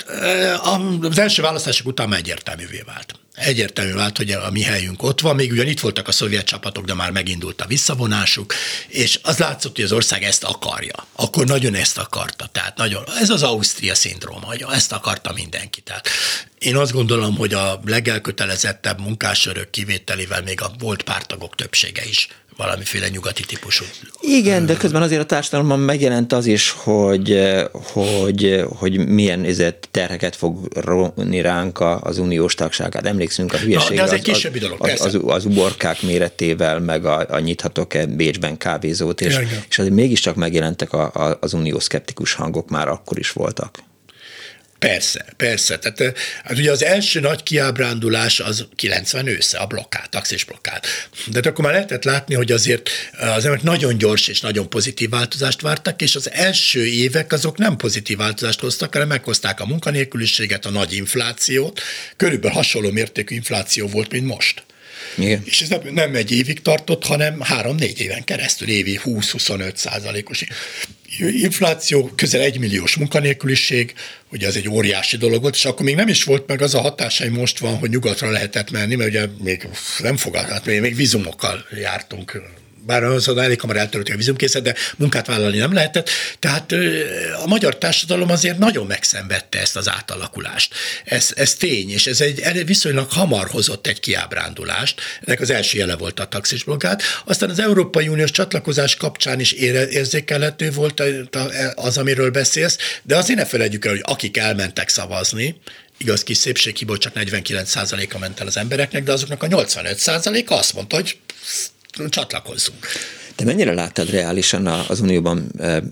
az első választások után már egyértelművé vált. Egyértelmű vált, hogy a mi helyünk ott van, még ugyan itt voltak a szovjet csapatok, de már megindult a visszavonásuk, és az látszott, hogy az ország ezt akarja. Akkor nagyon ezt akarta. Tehát nagyon, ez az Ausztria szindróma, hogy ezt akarta mindenki. Tehát én azt gondolom, hogy a legelkötelezettebb munkásörök kivételével még a volt pártagok többsége is valamiféle nyugati típusú. Igen, de közben azért a társadalomban megjelent az is, hogy, hogy, hogy milyen terheket fog róni ránk az uniós tagságát. Emlékszünk a hülyeségre. De ez egy kisebbi dolog, az, az, az, az uborkák méretével, meg a, a nyithatok-e Bécsben kávézót, és, és azért mégiscsak megjelentek a, a, az unió szkeptikus hangok, már akkor is voltak. Persze, persze. Tehát hát ugye az első nagy kiábrándulás az kilencven ősze, a blokkád, taxis blokkád. De akkor már lehetett látni, hogy azért az emberek nagyon gyors és nagyon pozitív változást vártak, és az első évek azok nem pozitív változást hoztak, hanem meghozták a munkanélküliséget, a nagy inflációt. Körülbelül hasonló mértékű infláció volt, mint most. Igen. És ez nem, nem egy évig tartott, hanem három-négy éven keresztül évi húsz-huszonöt százalékos infláció, közel egymilliós munkanélküliség, ugye ez egy óriási dolog volt, és akkor még nem is volt meg az a hatása, hogy most van, hogy nyugatra lehetett menni, mert ugye még nem fogadhat, még, még vízumokkal jártunk, bár azon elég hamar eltörölték a vízumkészet, de munkát vállalni nem lehetett. Tehát a magyar társadalom azért nagyon megszenvedte ezt az átalakulást. Ez, ez tény, és ez egy viszonylag hamar hozott egy kiábrándulást. Ennek az első jele volt a taxis blokkád. Aztán az Európai Uniós csatlakozás kapcsán is érzékelhető volt az, amiről beszélsz, de azért ne felejtjük el, hogy akik elmentek szavazni, igaz, kis szépséghiba, hogy csak negyvenkilenc százaléka ment el az embereknek, de azoknak a nyolcvanöt százaléka azt mondta, hogy csatlakozzunk. Te mennyire láttad reálisan az Unióban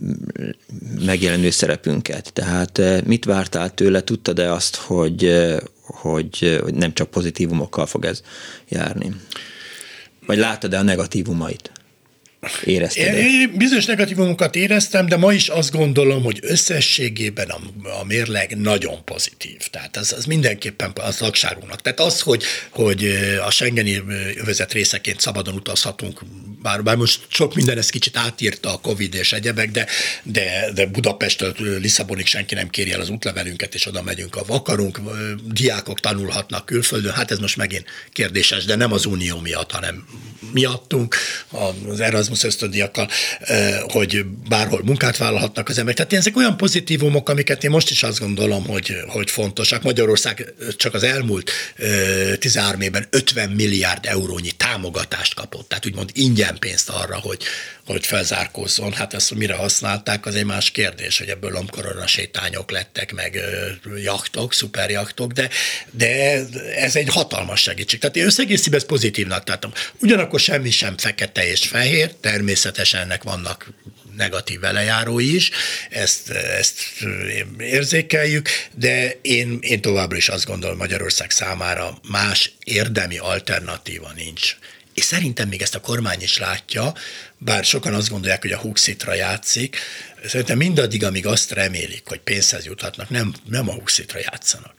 megjelenő szerepünket? Tehát mit vártál tőle? Tudtad-e azt, hogy, hogy nem csak pozitívumokkal fog ez járni? Vagy láttad-e a negatívumait? Érezted? Én bizonyos negatívumokat éreztem, de ma is azt gondolom, hogy összességében a, a mérleg nagyon pozitív. Tehát az, az mindenképpen a tagságunknak. Tehát az, hogy, hogy a Schengeni övezet részeként szabadon utazhatunk, bár, bár most sok minden ezt kicsit átírta a Covid és egyebek, de, de, de Budapesttől Lisszabonig senki nem kéri el az útlevelünket, és oda megyünk, ahol akarunk. Diákok tanulhatnak külföldön. Hát ez most megint kérdéses, de nem az Unió miatt, hanem miattunk, az Erasmus ösztöndíjakkal, hogy bárhol munkát vállalhatnak az emberek. Tehát ezek olyan pozitívumok, amiket én most is azt gondolom, hogy, hogy fontosak. Magyarország csak az elmúlt tizenhárom évben ötven milliárd eurónyi támogatást kapott, tehát úgymond ingyen pénzt arra, hogy, hogy felzárkózzon. Hát ezt mire használták, az egy más kérdés, hogy ebből lomkorona sétányok lettek, meg jachtok, szuperjachtok, de, de ez egy hatalmas segítség. Tehát én összegészében ezt pozitívnak tartom. Ugyanakkor semmi sem fekete és fehér, természetesen ennek vannak negatív velejáró is, ezt, ezt érzékeljük, de én, én továbbra is azt gondolom, Magyarország számára más érdemi alternatíva nincs. És szerintem még ezt a kormány is látja, bár sokan azt gondolják, hogy a Huxitra játszik, szerintem mindaddig, amíg azt remélik, hogy pénzhez juthatnak, nem, nem a Huxitra játszanak.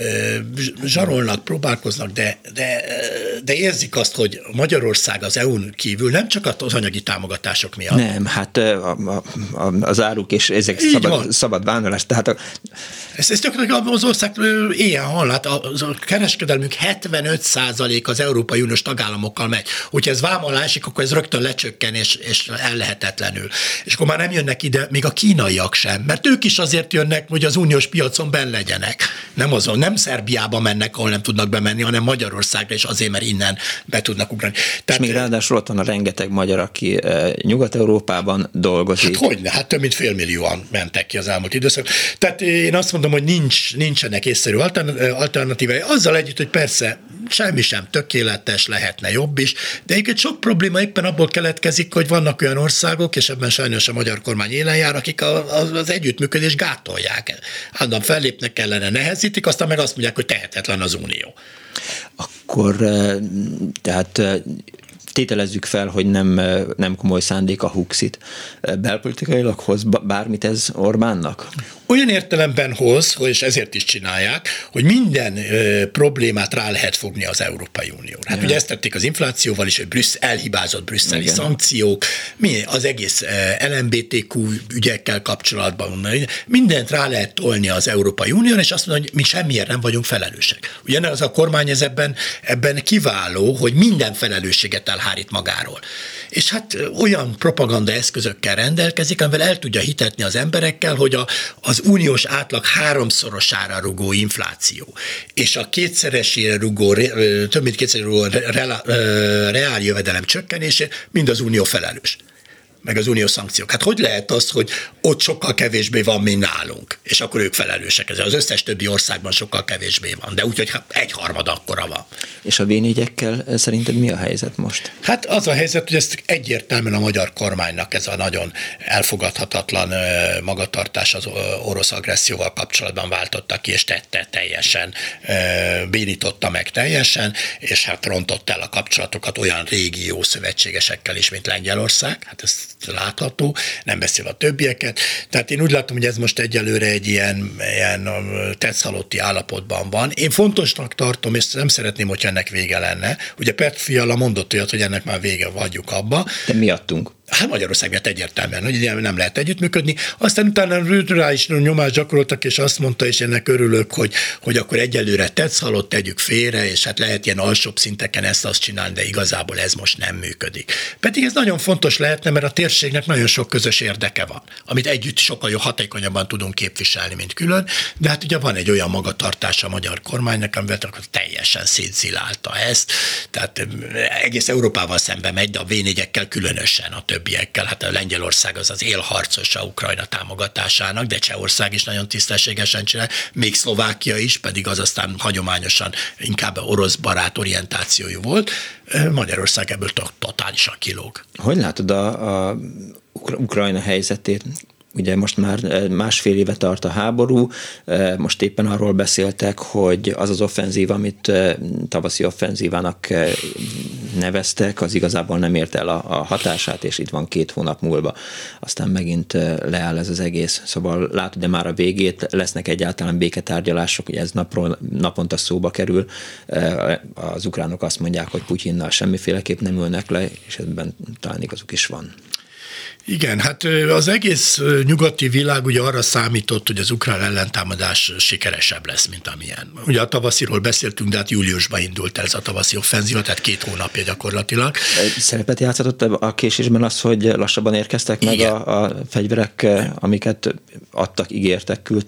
Zsarolnak, próbálkoznak, de, de, de érzik azt, hogy Magyarország az é u-n kívül nem csak az anyagi támogatások miatt. Nem, hát a, a, a, az áruk és ezek szabad, szabad vándorlás. Tehát a... Ez, ez gyakorlatilag az ország éjjel hall, hát a, a kereskedelmünk hetvenöt százalék az Európai Uniós tagállamokkal megy. Hogyha ez vám alá esik, akkor ez rögtön lecsökken, és, és ellehetetlenül. És akkor már nem jönnek ide még a kínaiak sem, mert ők is azért jönnek, hogy az uniós piacon benn legyenek. Nem azon, nem Szerbiába mennek, ahol nem tudnak bemenni, hanem Magyarországra, és azért, mert innen be tudnak ugrani. Tehát, és még ráadásul ott van a rengeteg magyar, aki e, Nyugat-Európában dolgozik. Hát hogyne, hát több mint félmillióan mentek ki az elmúlt időszakban. Tehát én azt mondom, hogy nincs, nincsenek észszerű alternatívái. Azzal együtt, hogy persze semmi sem tökéletes, lehetne jobb is, de egyébként sok probléma éppen abból keletkezik, hogy vannak olyan országok, és ebben sajnos a magyar kormány élen jár, akik az együttműködést gátolják. Állandóan fellépnek kellene, nehezítik, aztán meg azt mondják, hogy tehetetlen az Unió. Akkor tehát tételezzük fel, hogy nem, nem komoly szándék a Huxit. Belpolitikailag hoz bármit ez Orbánnak? Olyan értelemben hoz, és ezért is csinálják, hogy minden ö, problémát rá lehet fogni az Európai Unióra. Hát ja. Ugye ezt tették az inflációval is, hogy Brüssz, elhibázott brüsszeli Igen. szankciók, mi, az egész el em bé té kú ügyekkel kapcsolatban, mindent rá lehet tolni az Európai Unióra, és azt mondja, hogy mi semmiért nem vagyunk felelősek. Ugye az a kormány ez ebben, ebben kiváló, hogy minden felelősséget elhárít magáról. És hát olyan propaganda eszközökkel rendelkezik, amivel el tudja hitetni az emberekkel, hogy a, az uniós átlag háromszorosára rugó infláció, és a kétszeresére rugó, több mint kétszeresére rugó reál jövedelem csökkenése mind az unió felelős, meg az uniós szankciók. Hát hogy lehet az, hogy ott sokkal kevésbé van, mint nálunk, és akkor ők felelősek ezzel. Az összes többi országban sokkal kevésbé van, de úgy, hogy egyharmad akkora van. És a vé négyekkel szerinted mi a helyzet most? Hát az a helyzet, hogy ezt egyértelműen a magyar kormánynak ez a nagyon elfogadhatatlan magatartás az orosz agresszióval kapcsolatban váltotta ki, és tette teljesen, bénította meg teljesen, és hát rontott el a kapcsolatokat olyan régió szövetségesekkel is, mint Lengyelország. Hát ez látható, nem beszél a többieket. Tehát én úgy látom, hogy ez most egyelőre egy ilyen, ilyen tetszhalotti állapotban van. Én fontosnak tartom, és nem szeretném, hogy ennek vége lenne. Ugye Petr Fiala mondott olyat, hogy ennek már vége, vagyunk abba. De miattunk? Hát Magyarország miatt egyértelműen, hogy nem lehet együttműködni. Aztán utána rá is nyomást gyakoroltak, és azt mondta, és ennek örülök, hogy, hogy akkor egyelőre tetszhalott, tegyük félre, és hát lehet ilyen alsóbb szinteken ezt azt csinálni, de igazából ez most nem működik. Pedig ez nagyon fontos lehetne, mert a térségnek nagyon sok közös érdeke van, amit együtt sokkal jobb, hatékonyabban tudunk képviselni, mint külön, de hát ugye van egy olyan magatartása a magyar kormánynak, amivel teljesen szétzilálta ezt, tehát egész Európával szembe megy, de a vé négyekkel különösen, a többiekkel. Hát a Lengyelország az az élharcosa Ukrajna támogatásának, de Csehország is nagyon tisztességesen csinál, még Szlovákia is, pedig az aztán hagyományosan inkább orosz barát orientációjú volt. Magyarország ebből totálisan kilóg. Hogy látod a, a Ukrajna helyzetét? Ugye most már másfél éve tart a háború, most éppen arról beszéltek, hogy az az offenzív, amit tavaszi offenzívának neveztek, az igazából nem ért el a, a hatását, és itt van két hónap múlva. Aztán megint leáll ez az egész. Szóval látod, de már a végét, lesznek egyáltalán béketárgyalások, ugye ez napról, naponta szóba kerül. Az ukránok azt mondják, hogy Putyinnal semmiféleképp nem ülnek le, és ebben talán igazuk is van. Igen, hát az egész nyugati világ ugye arra számított, hogy az ukrán ellentámadás sikeresebb lesz, mint amilyen. Ugye a tavasziról beszéltünk, de hát júliusban indult el ez a tavaszi offenzíva, tehát két hónapja gyakorlatilag. Szerepet játszott a késésben az, hogy lassabban érkeztek meg a, a fegyverek, amiket adtak, ígértek, küldtek?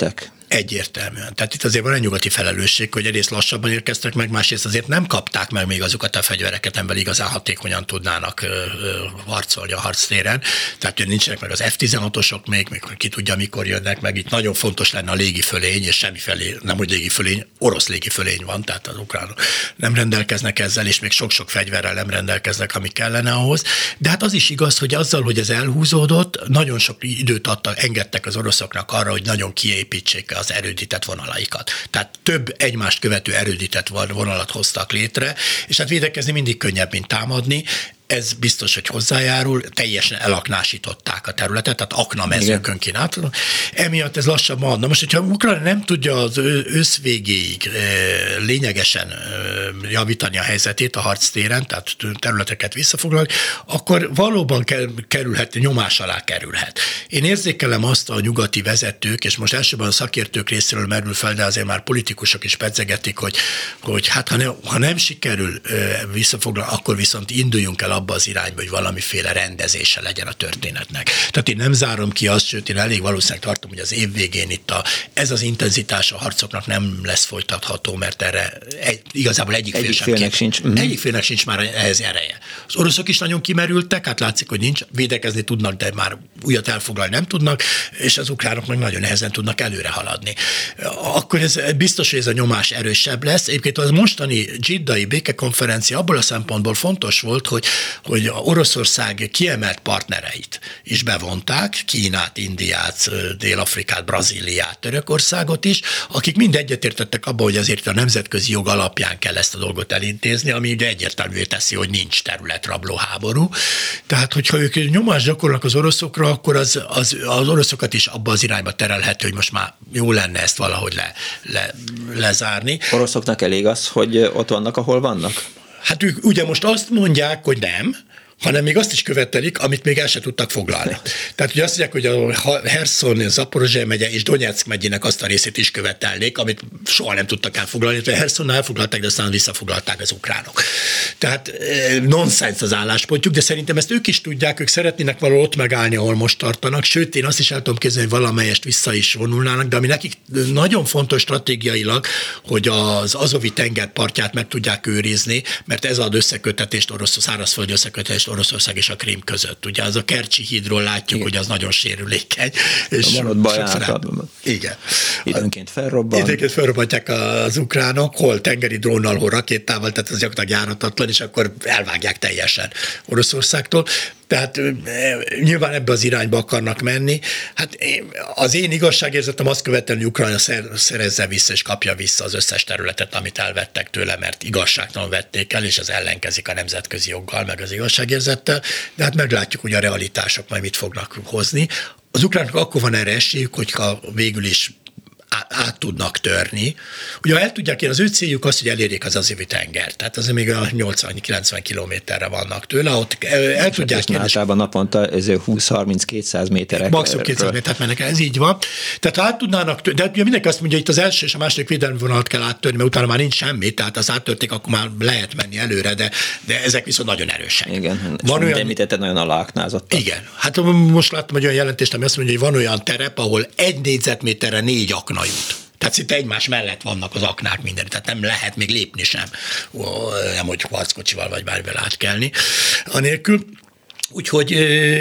Egyértelműen. Tehát itt azért van egy nyugati felelősség, hogy egyrészt lassabban érkeztek meg, másrészt azért nem kapták meg még azokat a fegyvereket, amivel igazán hatékonyan tudnának ö, ö, harcolni a harctéren. Tehát hogy nincsenek meg az ef tizenhatosok még, még ki tudja, mikor jönnek meg. Itt nagyon fontos lenne a légifölény, és semmifélé, nem úgy légifölény, orosz légifölény van, tehát az ukránok nem rendelkeznek ezzel, és még sok-sok fegyverrel nem rendelkeznek, ami kellene ahhoz. De hát az is igaz, hogy azzal, hogy ez elhúzódott, nagyon sok időt adtak, engedtek az oroszoknak arra, hogy nagyon kiépítsék az erődített vonalaikat. Tehát több egymást követő erődített vonalat hoztak létre, és hát védekezni mindig könnyebb, mint támadni. Ez biztos, hogy hozzájárul, teljesen elaknásították a területet, tehát aknamezőkön kínált. Emiatt ez lassabban. Na most, hogyha Ukrajna nem tudja az ősz végéig lényegesen javítani a helyzetét a harctéren, tehát területeket visszafoglalni, akkor valóban kerülhet, nyomás alá kerülhet. Én érzékelem azt a nyugati vezetők, és most elsőben a szakértők részéről merül fel, de azért már politikusok is pedzegetik, hogy, hogy hát ha, ne, ha nem sikerül visszafoglalni, akkor viszont induljunk el abba az irányba, hogy valamiféle rendezése legyen a történetnek. Tehát én nem zárom ki azt, sőt én elég valószínűleg tartom, hogy az év végén itt a, ez az intenzitás a harcoknak nem lesz folytatható, mert erre egy, igazából egyik, egyik fél félnek sincs. Egyik félnek sincs már ehhez ereje. Az oroszok is nagyon kimerültek, hát látszik, hogy nincs, védekezni tudnak, de már újat elfoglalni nem tudnak, és az ukránok meg nagyon nehezen tudnak előre haladni. Akkor ez biztos, hogy ez a nyomás erősebb lesz. Egyébként az mostani dzsiddai békekonferencia abból a szempontból fontos volt, hogy hogy a Oroszország kiemelt partnereit is bevonták, Kínát, Indiát, Dél-Afrikát, Brazíliát, Törökországot is, akik mind egyetértettek abban, hogy azért a nemzetközi jog alapján kell ezt a dolgot elintézni, ami ugye egyértelművé teszi, hogy nincs területrabló háború. Tehát, hogyha ők nyomást gyakorolnak az oroszokra, akkor az, az, az oroszokat is abba az irányba terelhető, hogy most már jó lenne ezt valahogy le, le, lezárni. Oroszoknak elég az, hogy ott vannak, ahol vannak? Hát ők ugye most azt mondják, hogy nem, hanem még azt is követelik, amit még el se tudtak foglalni. Tehát ugye azt mondják, hogy a Herson, Zaporozsé megye és Donetsk megyének azt a részét is követelnék, amit soha nem tudtak elfoglalni. A Hersonnál elfoglalták, de aztán visszafoglalták az ukránok. Tehát nonsens az álláspontjuk, de szerintem ezt ők is tudják, ők szeretnének valahol ott megállni, ahol most tartanak, sőt, én azt is el tudom képzelni, hogy valamelyest vissza is vonulnának, de ami nekik nagyon fontos stratégiailag, hogy az Azovi tenger partját meg tudják őrizni, mert ez ad összekötetést, orosz szárazföldi összekötetést Oroszország és a Krím között. Ugye az a Kercsi hídról látjuk, igen, hogy az nagyon sérülékeny. És van ott baj általában. Igen. Időnként felrobban. Időnként felrobbantják az ukránok, hol tengeri drónnal, hol rakétával, tehát az gyakorlatilag járatatlan, és akkor elvágják teljesen Oroszországtól. Tehát nyilván ebbe az irányba akarnak menni. Hát az én igazságérzetem azt követel, hogy Ukrajna szerezze vissza és kapja vissza az összes területet, amit elvettek tőle, mert igazságtalan vették el, és az ellenkezik a nemzetközi joggal, meg az igazságérzettel. De hát meglátjuk, hogy a realitások majd mit fognak hozni. Az ukránok akkor van erre esélyük, hogyha végül is át tudnak törni. Ugye el tudják, én az ő céljuk az, hogy elérjék az Azovi tenger. Tehát azért még a nyolcvan-kilencven kilométerre vannak tőle, ott el, el tudják érni. Általában naponta húsz-harminc-kétszáz méterek. Maximum kétszáz métert mennek, ez így van. Tehát át tudnának törni, de ugye mindenki azt mondja, hogy itt az első és a második védelmi vonalat kell áttörni, mert utána már nincs semmi, tehát az áttörték, akkor már lehet menni előre, de, de ezek viszont nagyon erősek. Igen, van olyan, említetted, nagyon aláaknázottak. Igen, hát most láttam egy olyan jelentést, ami azt mondja, hogy van olyan terep, ahol egy négyzetméterre négy akna jut. Tehát szinte egymás mellett vannak az aknák minden, tehát nem lehet még lépni sem, nem hogy harckocsival vagy bármivel átkelni. Anélkül, Úgyhogy,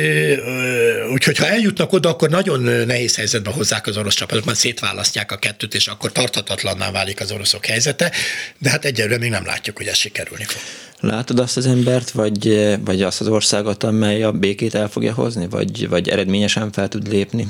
úgyhogy ha eljutnak oda, akkor nagyon nehéz helyzetbe hozzák az orosz csapatot, mert szétválasztják a kettőt, és akkor tarthatatlanná válik az oroszok helyzete, de hát egyelőre még nem látjuk, hogy ez sikerülni fog. Látod azt az embert, vagy, vagy azt az országot, amely a békét el fogja hozni, vagy, vagy eredményesen fel tud lépni?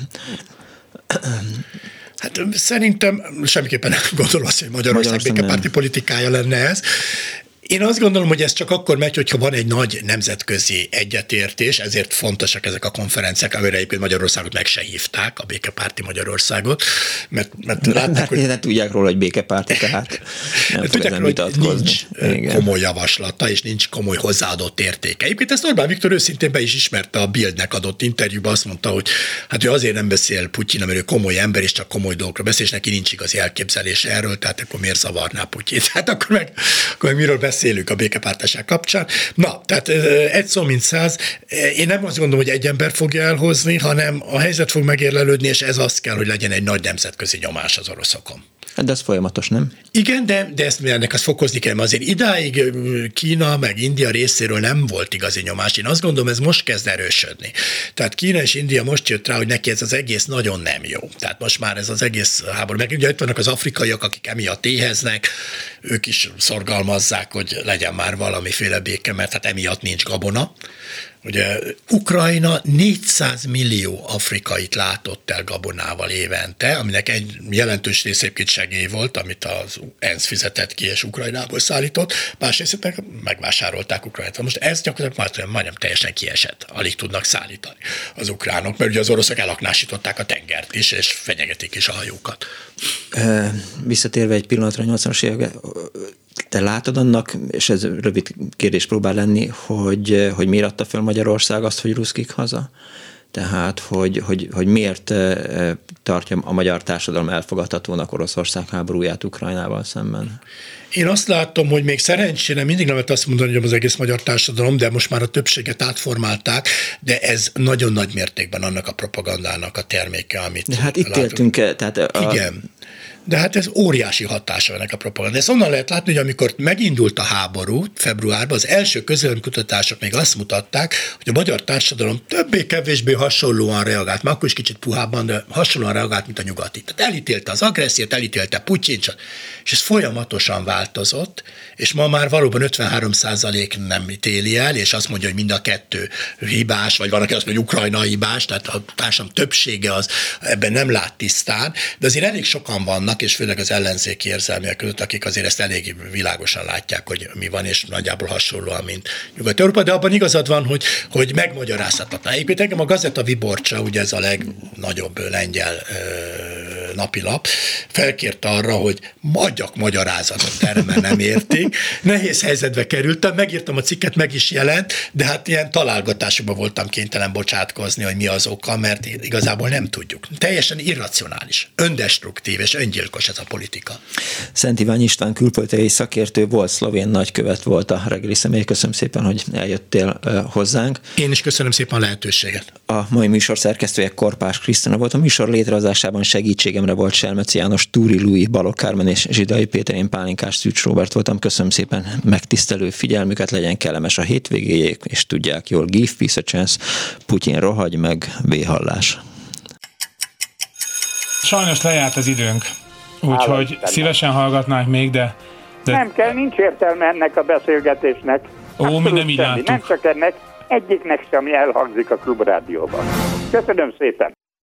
Hát szerintem semmiképpen nem gondolom azt, hogy Magyarország békepárti politikája lenne ez. Én azt gondolom, hogy ez csak akkor megy, hogyha van egy nagy nemzetközi egyetértés, ezért fontosak ezek a konferenciák, amire egyébként Magyarországot meg se hívták, a békepárti Magyarországot, mert, mert látták, mert hogy... nem tudják róla, hogy békepárti, tehát nem fog ezen vitatkozni. Nincs igen. komoly javaslata, és nincs komoly hozzáadott értéke. Egyébként ezt Orbán Viktor őszintén be is ismerte a Bildnek adott interjúban, azt mondta, hogy hát ő azért nem beszél Putyin, mert ő komoly ember, és csak komoly dolgokra beszél, és neki nincs igazi elképzelése erről, tehát akkor miért zavarná Putyint? Hát akkor meg, akkor meg miről beszél? beszélünk a békepártság kapcsán. Na, tehát egy szó mint száz, én nem azt gondolom, hogy egy ember fogja elhozni, hanem a helyzet fog megérlelődni, és ez az kell, hogy legyen egy nagy nemzetközi nyomás az oroszokon. De ez folyamatos, nem? Igen, de, de ezt ennek azt fokozni kell, mert azért idáig Kína meg India részéről nem volt igazi nyomás. Én azt gondolom, ez most kezd erősödni. Tehát Kína és India most jött rá, hogy neki ez az egész nagyon nem jó. Tehát most már ez az egész háború, meg ugye itt vannak az afrikaiak, akik emiatt éheznek, ők is szorgalmazzák, hogy legyen már valamiféle béke, mert hát emiatt nincs gabona. Ugye Ukrajna négyszáz millió afrikait látott el gabonával évente, aminek egy jelentős rész egyébként segély volt, amit az ENSZ fizetett ki és Ukrajnából szállított, másrészt meg megvásárolták Ukrajnát. Most ez gyakorlatilag majdnem teljesen kiesett, alig tudnak szállítani az ukránok, mert ugye az oroszok elaknásították a tengert is, és fenyegetik is a hajókat. Visszatérve egy pillanatra a nyolcvanas évek, te látod annak, és ez rövid kérdés próbál lenni, hogy, hogy miért adta föl Magyarország azt, hogy ruszkik haza? Tehát, hogy, hogy, hogy miért tartja a magyar társadalom elfogadhatónak Oroszország háborúját Ukrajnával szemben? Én azt látom, hogy még szerencsére mindig nem lehet azt mondani, hogy az egész magyar társadalom, de most már a többséget átformálták, de ez nagyon nagy mértékben annak a propagandának a terméke, amit de hát itt éltünk, tehát a... Igen. De hát ez óriási hatása ennek a propaganda. Ezt onnan lehet látni, hogy amikor megindult a háború februárban, az első közvéleménykutatások még azt mutatták, hogy a magyar társadalom többé-kevésbé hasonlóan reagált, már akkor is kicsit puhábban, de hasonlóan reagált, mint a nyugati. Tehát elítélte az agressziót, elítélte Putyint, és ez folyamatosan változott, és ma már valóban ötvenhárom százalék nem ítéli el, és azt mondja, hogy mind a kettő hibás, vagy van, aki azt mondja, hogy Ukrajna hibás, tehát a társadalom többsége az ebben nem lát tisztán, de azért elég sokan vannak, és főleg az ellenzéki érzelmiek között, akik azért ezt elég világosan látják, hogy mi van, és nagyjából hasonlóan, mint Nyugat-Európa, de abban igazad van, hogy, hogy megmagyarázhatatlan. Egyébként engem a Gazeta Viborcsa, ugye ez a legnagyobb lengyel ö, napilap, felkért arra, hogy adjak magyarázatot, erre mert nem érték. Nehéz helyzetbe kerültem, megírtam a cikket, meg is jelent, de hát ilyen találgatásokban voltam kénytelen bocsátkozni, hogy mi az oka, mert igazából nem tudjuk. Teljesen irracionális, öndestruktív és öngyilkos ez a politika. Szent Iványi István külpolitikai szakértő volt, szlovén nagykövet volt a reggeli személy. Köszönöm szépen, hogy eljöttél uh, hozzánk. Én is köszönöm szépen a lehetőséget. A mai műsor szerkesztője Korpás Krisztina volt. A műsor létrehozásában segítségemre volt Selmeci János, Túri Lui, Balogh Kármen és Zsidai Péter, én Pálinkás Szűcs Róbert voltam. Köszönöm szépen megtisztelő figyelmüket, legyen kellemes a hétvégéjék, és tudják jól, give peace a chance, Putyin rohagy meg, véhallás. Sajnos lejárt az időnk, úgyhogy szívesen hallgatnánk még, de, de... Nem kell, nincs értelme ennek a beszélgetésnek. Ó, mi nem így láttuk. Nem csak ennek, egyiknek sem elhangzik a Klubrádióban. Köszönöm szépen!